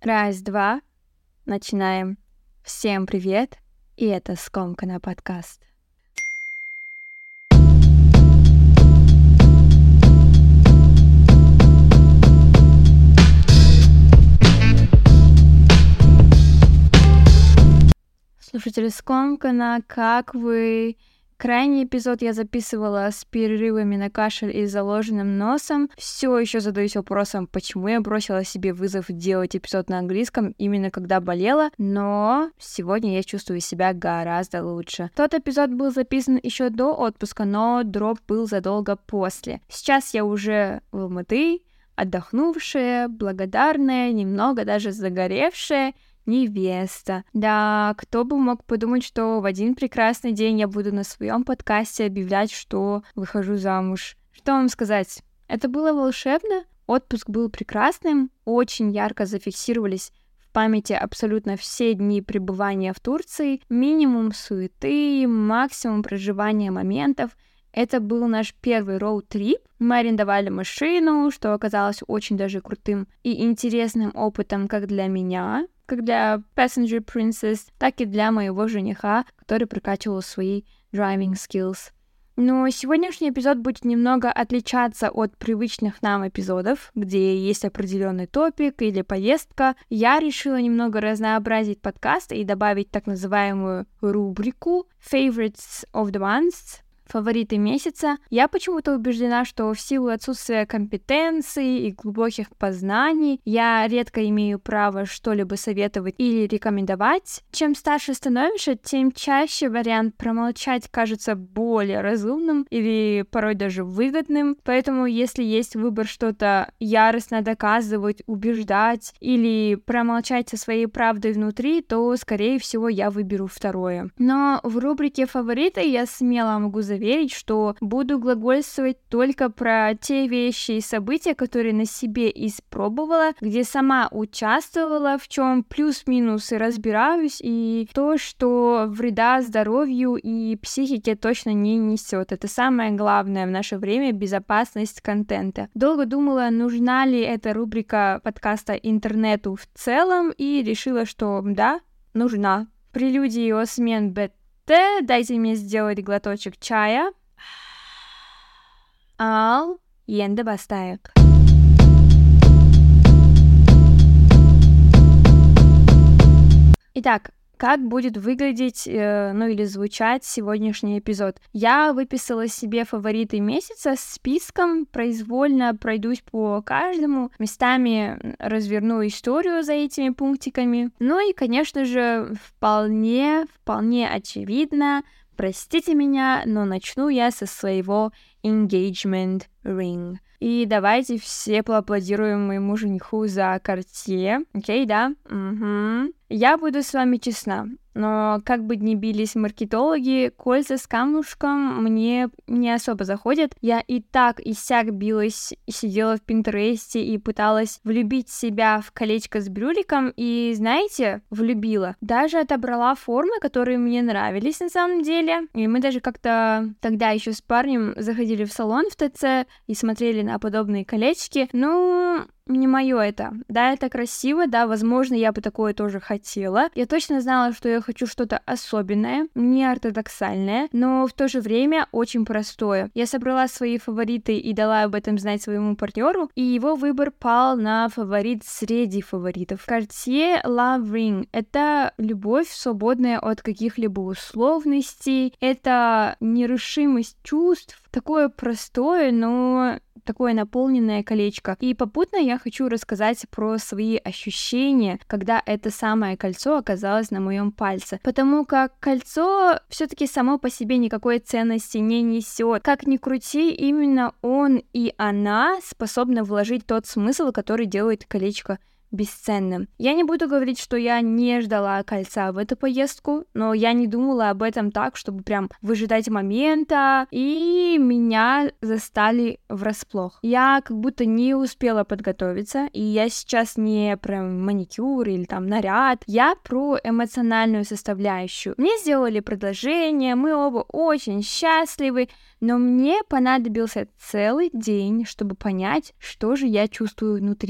Раз, два. Начинаем. Всем привет. И это Скомканно подкаст. Слушатели Скомканно, как вы? Крайний эпизод я записывала с перерывами на кашель и заложенным носом. Все еще задаюсь вопросом, почему я бросила себе вызов делать эпизод на английском именно когда болела, но сегодня я чувствую себя гораздо лучше. Тот эпизод был записан еще до отпуска, но дроп был задолго после. Сейчас я уже в Алматы, отдохнувшая, благодарная, немного даже загоревшая невеста. Да, кто бы мог подумать, что в один прекрасный день я буду на своем подкасте объявлять, что выхожу замуж. Что вам сказать? Это было волшебно, отпуск был прекрасным, очень ярко зафиксировались в памяти абсолютно все дни пребывания в Турции, минимум суеты, максимум проживания моментов. Это был наш первый роуд-трип. Мы арендовали машину, что оказалось очень даже крутым и интересным опытом как для меня, как для Passenger Princess, так и для моего жениха, который прокачивал свои driving skills. Но сегодняшний эпизод будет немного отличаться от привычных нам эпизодов, где есть определенный топик или повестка. Я решила немного разнообразить подкаст и добавить так называемую рубрику Favorites of the Month, фавориты месяца. Я почему-то убеждена, что в силу отсутствия компетенций и глубоких познаний я редко имею право что-либо советовать или рекомендовать. Чем старше становишься, тем чаще вариант промолчать кажется более разумным или порой даже выгодным. Поэтому если есть выбор что-то яростно доказывать, убеждать или промолчать со своей правдой внутри, то, скорее всего, я выберу второе. Но в рубрике «Фавориты» я смело могу заверить, что буду глагольствовать только про те вещи и события, которые на себе испробовала, где сама участвовала, в чем плюс-минусы разбираюсь, и то, что вреда здоровью и психике точно не несет. Это самое главное в наше время — безопасность контента. Долго думала, нужна ли эта рубрика подкаста интернету в целом, и решила, что да, нужна. Прелюдии Осмен Бет. Дайте мне сделать глоточек чая. Ал енді бастайық. Итак, как будет выглядеть, или звучать сегодняшний эпизод? Я выписала себе фавориты месяца с списком, произвольно пройдусь по каждому, местами разверну историю за этими пунктиками. Ну и, конечно же, вполне очевидно, простите меня, но начну я со своего engagement ring. И давайте все поаплодируем моему жениху за Cartier. Окей, да? Угу. Я буду с вами честна, но как бы ни бились маркетологи, кольца с камушком мне не особо заходят. Я и так и сяк билась, сидела в Пинтересте и пыталась влюбить себя в колечко с брюликом, и, знаете, влюбила. Даже отобрала формы, которые мне нравились на самом деле. И мы даже как-то тогда еще с парнем заходили в салон в ТЦ и смотрели на подобные колечки. Ну, не моё это. Да, это красиво, да, возможно, я бы такое тоже хотела. Я точно знала, что я хочу что-то особенное, не ортодоксальное, но в то же время очень простое. Я собрала свои фавориты и дала об этом знать своему партнеру, и его выбор пал на фаворит среди фаворитов. Cartier Love Ring — это любовь, свободная от каких-либо условностей, это нерушимость чувств, такое простое, но такое наполненное колечко. И попутно я хочу рассказать про свои ощущения, когда это самое кольцо оказалось на моем пальце. Потому как кольцо все-таки само по себе никакой ценности не несет. Как ни крути, именно он и она способны вложить тот смысл, который делает колечко бесценным. Я не буду говорить, что я не ждала кольца в эту поездку, но я не думала об этом так, чтобы прям выжидать момента, и меня застали врасплох. Я как будто не успела подготовиться, и я сейчас не про маникюр или там наряд, я про эмоциональную составляющую. Мне сделали предложение, мы оба очень счастливы, но мне понадобился целый день, чтобы понять, что же я чувствую внутри.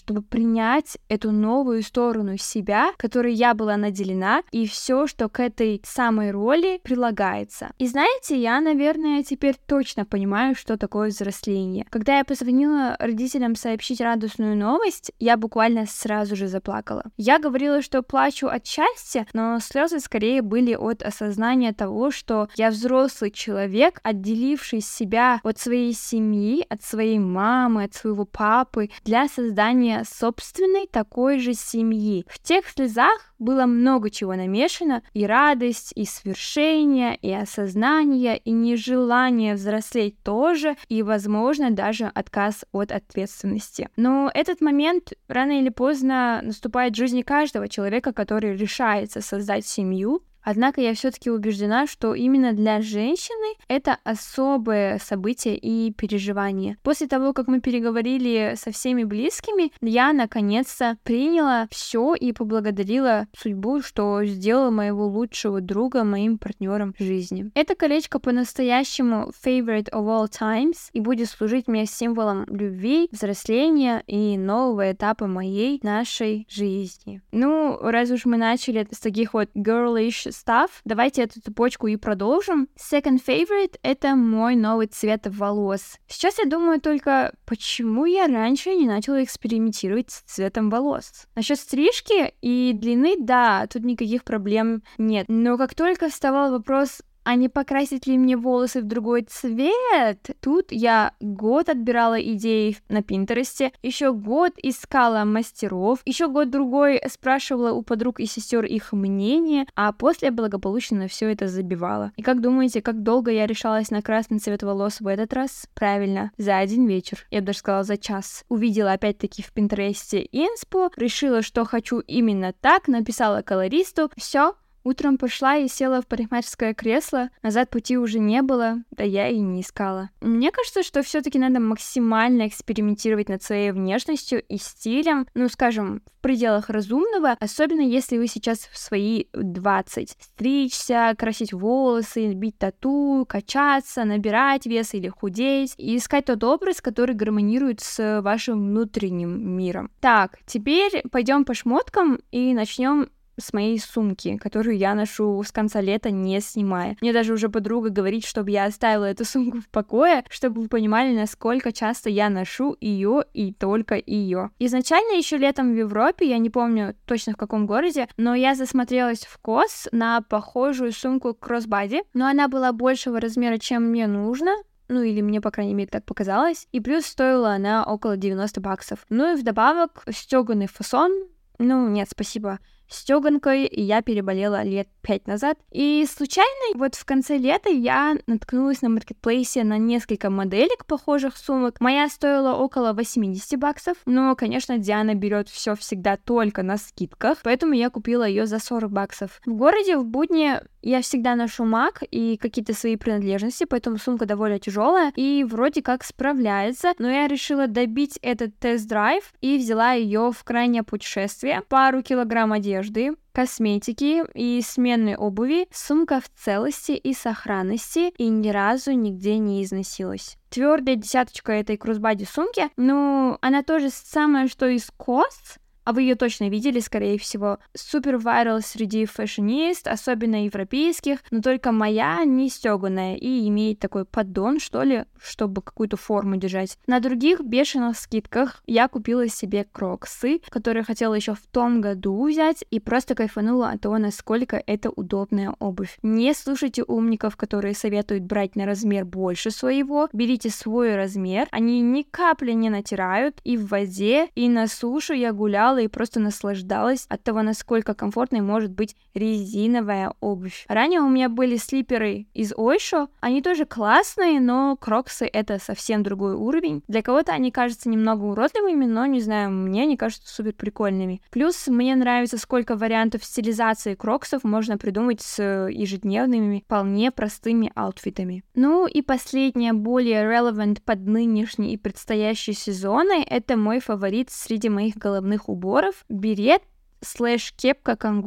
чтобы принять эту новую сторону себя, которой я была наделена, и все, что к этой самой роли прилагается. И знаете, я, наверное, теперь точно понимаю, что такое взросление. Когда я позвонила родителям сообщить радостную новость, я буквально сразу же заплакала. Я говорила, что плачу от счастья, но слезы скорее были от осознания того, что я взрослый человек, отделивший себя от своей семьи, от своей мамы, от своего папы, для создания собственной такой же семьи. В тех слезах было много чего намешано, и радость, и свершение, и осознание, и нежелание взрослеть тоже, и, возможно, даже отказ от ответственности. Но этот момент рано или поздно наступает в жизни каждого человека, который решается создать семью. Однако я все-таки убеждена, что именно для женщины это особое событие и переживание. После того, как мы переговорили со всеми близкими, я наконец-то приняла все и поблагодарила судьбу, что сделала моего лучшего друга моим партнером в жизни. Это колечко по-настоящему favorite of all times и будет служить мне символом любви, взросления и нового этапа нашей жизни. Ну, раз уж мы начали с таких вот girlish stuff, давайте эту цепочку и продолжим. Second favorite — это мой новый цвет волос. Сейчас я думаю только, почему я раньше не начала экспериментировать с цветом волос. Насчет стрижки и длины, да, тут никаких проблем нет. Но как только вставал вопрос, а не покрасить ли мне волосы в другой цвет? Тут я год отбирала идеи на Пинтересте, еще год искала мастеров, еще год-другой спрашивала у подруг и сестер их мнение, а после благополучно на все это забивала. И как думаете, как долго я решалась на красный цвет волос в этот раз? Правильно, за один вечер. Я бы даже сказала, за час. Увидела опять-таки в Пинтересте инспо, решила, что хочу именно так, написала колористу, все. Утром пошла и села в парикмахерское кресло, назад пути уже не было, да я и не искала. Мне кажется, что все-таки надо максимально экспериментировать над своей внешностью и стилем, ну, скажем, в пределах разумного, особенно если вы сейчас в свои 20. Стричься, красить волосы, бить тату, качаться, набирать вес или худеть, и искать тот образ, который гармонирует с вашим внутренним миром. Так, теперь пойдем по шмоткам и начнем с моей сумки, которую я ношу с конца лета, не снимая. Мне даже уже подруга говорит, чтобы я оставила эту сумку в покое, чтобы вы понимали, насколько часто я ношу ее и только ее. Изначально еще летом в Европе, я не помню точно в каком городе, но я засмотрелась в КОС на похожую сумку кроссбади, но она была большего размера, чем мне нужно, ну или мне, по крайней мере, так показалось, и плюс стоила она около $90. Ну и вдобавок стёганый фасон, ну нет, спасибо, стёганкой я переболела лет 5 назад. И случайно вот в конце лета я наткнулась на маркетплейсе на несколько моделек похожих сумок. Моя стоила около $80, но, конечно, Диана берет все всегда только на скидках, поэтому я купила ее за $40. В городе в будни я всегда ношу Mac и какие-то свои принадлежности, поэтому сумка довольно тяжелая и вроде как справляется, но я решила добить этот тест-драйв и взяла ее в крайнее путешествие. Пару килограмм одежды, косметики и сменной обуви, сумка в целости и сохранности и ни разу нигде не износилась. Твердая десяточка этой кроссбади сумки, ну, она тоже самое, что из COS, а вы ее точно видели, скорее всего. Супер вайрал среди фэшенист, особенно европейских, но только моя не стёганая и имеет такой поддон, что ли, чтобы какую-то форму держать. На других бешеных скидках я купила себе кроксы, которые хотела еще в том году взять, и просто кайфанула от того, насколько это удобная обувь. Не слушайте умников, которые советуют брать на размер больше своего. Берите свой размер, они ни капли не натирают, и в воде, и на суше я гуляла и просто наслаждалась от того, насколько комфортной может быть резиновая обувь. Ранее у меня были слиперы из Ойшо, они тоже классные, но кроксы — это совсем другой уровень. Для кого-то они кажутся немного уродливыми, но, не знаю, мне они кажутся супер прикольными. Плюс мне нравится, сколько вариантов стилизации кроксов можно придумать с ежедневными, вполне простыми аутфитами. Ну и последнее, более relevant под нынешние и предстоящие сезоны, это мой фаворит среди моих головных уборов — берет / кепка Конголь.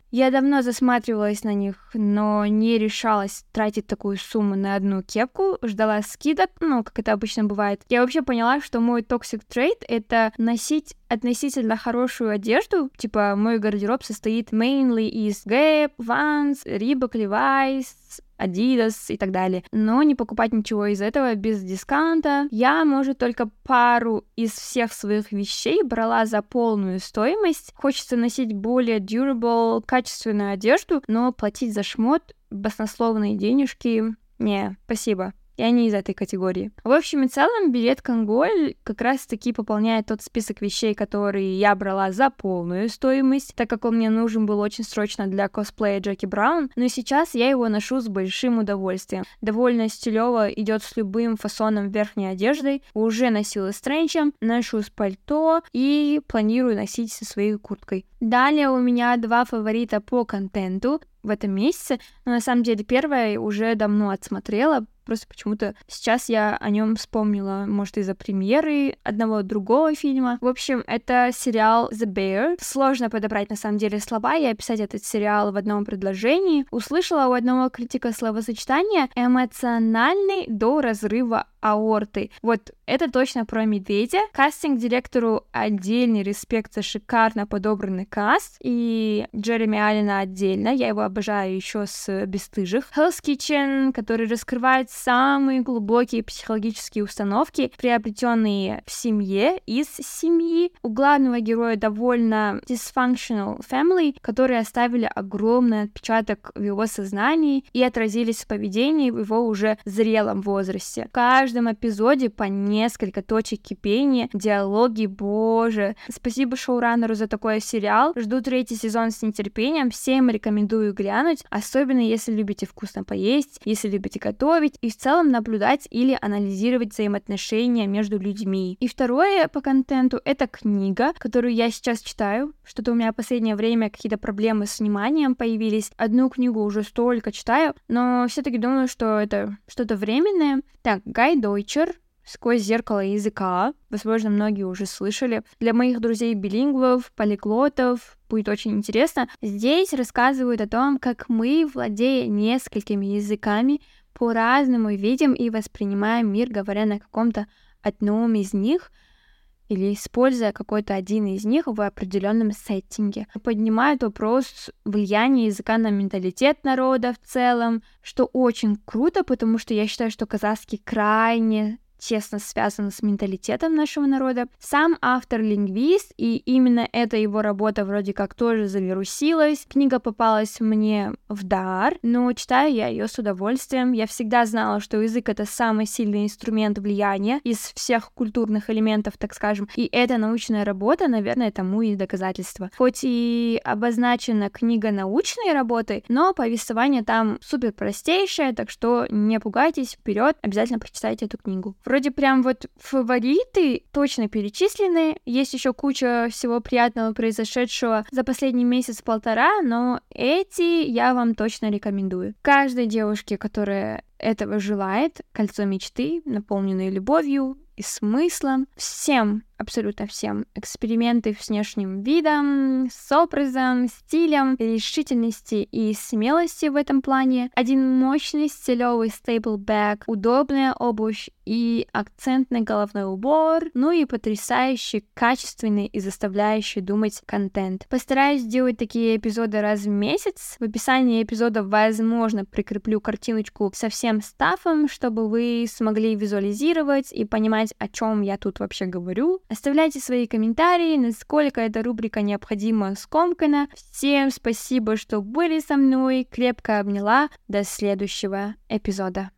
Я давно засматривалась на них, но не решалась тратить такую сумму на одну кепку, ждала скидок, как это обычно бывает. Я вообще поняла, что мой toxic trait — это носить относительно хорошую одежду, типа мой гардероб состоит mainly из Gap, Vans, Reebok, Levi's, Adidas и так далее. Но не покупать ничего из этого без дискаунта. Я, может, только пару из всех своих вещей брала за полную стоимость. Хочется носить более durable, качественную одежду, но платить за шмот баснословные денежки — не, спасибо. Я не из этой категории. В общем и целом, билет Конголь как раз-таки пополняет тот список вещей, которые я брала за полную стоимость, так как он мне нужен был очень срочно для косплея Джеки Браун, но сейчас я его ношу с большим удовольствием. Довольно стилёво идет с любым фасоном верхней одеждой, уже носила с тренчем, ношу с пальто и планирую носить со своей курткой. Далее у меня 2 фаворита по контенту в этом месяце, но на самом деле первое уже давно отсмотрела, просто почему-то сейчас я о нем вспомнила, может, из-за премьеры одного другого фильма. В общем, это сериал The Bear. Сложно подобрать, на самом деле, слова и описать этот сериал в одном предложении. Услышала у одного критика словосочетание «эмоциональный до разрыва аорты». Вот это точно про медведя. Кастинг-директору отдельный респект за шикарно подобранный каст, и Джереми Аллена отдельно, я его обожаю еще с «Бесстыжих». Hell's Kitchen, который раскрывает самые глубокие психологические установки, приобретенные в семье, из семьи. У главного героя довольно dysfunctional family, которые оставили огромный отпечаток в его сознании и отразились в поведении в его уже зрелом возрасте. В каждом эпизоде по несколько точек кипения, диалоги, боже. Спасибо шоураннеру за такой сериал. Жду 3-й сезон с нетерпением. Всем рекомендую глянуть, особенно если любите вкусно поесть, если любите готовить и в целом наблюдать или анализировать взаимоотношения между людьми. И второе по контенту — это книга, которую я сейчас читаю. Что-то у меня в последнее время какие-то проблемы с вниманием появились. Одну книгу уже столько читаю, но все-таки думаю, что это что-то временное. Так, Гай Дойчер «Сквозь зеркало языка». Возможно, многие уже слышали. Для моих друзей-билингвов, полиглотов будет очень интересно. Здесь рассказывают о том, как мы, владея несколькими языками, по-разному видим и воспринимаем мир, говоря на каком-то одном из них или используя какой-то один из них в определенном сеттинге. Поднимают вопрос влияния языка на менталитет народа в целом, что очень круто, потому что я считаю, что казахский крайне тесно связан с менталитетом нашего народа. Сам автор лингвист, и именно эта его работа вроде как тоже завирусилась. Книга попалась мне в дар, но читаю я ее с удовольствием. Я всегда знала, что язык — это самый сильный инструмент влияния из всех культурных элементов, так скажем, и эта научная работа, наверное, тому и доказательство. Хоть и обозначена книга научной работой, но повествование там супер простейшее, так что не пугайтесь, вперед, обязательно прочитайте эту книгу. Вроде прям вот фавориты точно перечислены, есть еще куча всего приятного, произошедшего за последний месяц-полтора, но эти я вам точно рекомендую. Каждой девушке, которая этого желает, кольцо мечты, наполненное любовью и смыслом, всем, абсолютно всем, эксперименты с внешним видом, с образом, стилем, решительности и смелости в этом плане, один мощный стилевый стейпл-бэг, удобная обувь и акцентный головной убор, ну и потрясающий, качественный и заставляющий думать контент. Постараюсь сделать такие эпизоды раз в месяц. В описании эпизода, возможно, прикреплю картиночку со всем стафом, чтобы вы смогли визуализировать и понимать, о чем я тут вообще говорю. Оставляйте свои комментарии, насколько эта рубрика необходима скомкана. Всем спасибо, что были со мной. Крепко обняла. До следующего эпизода.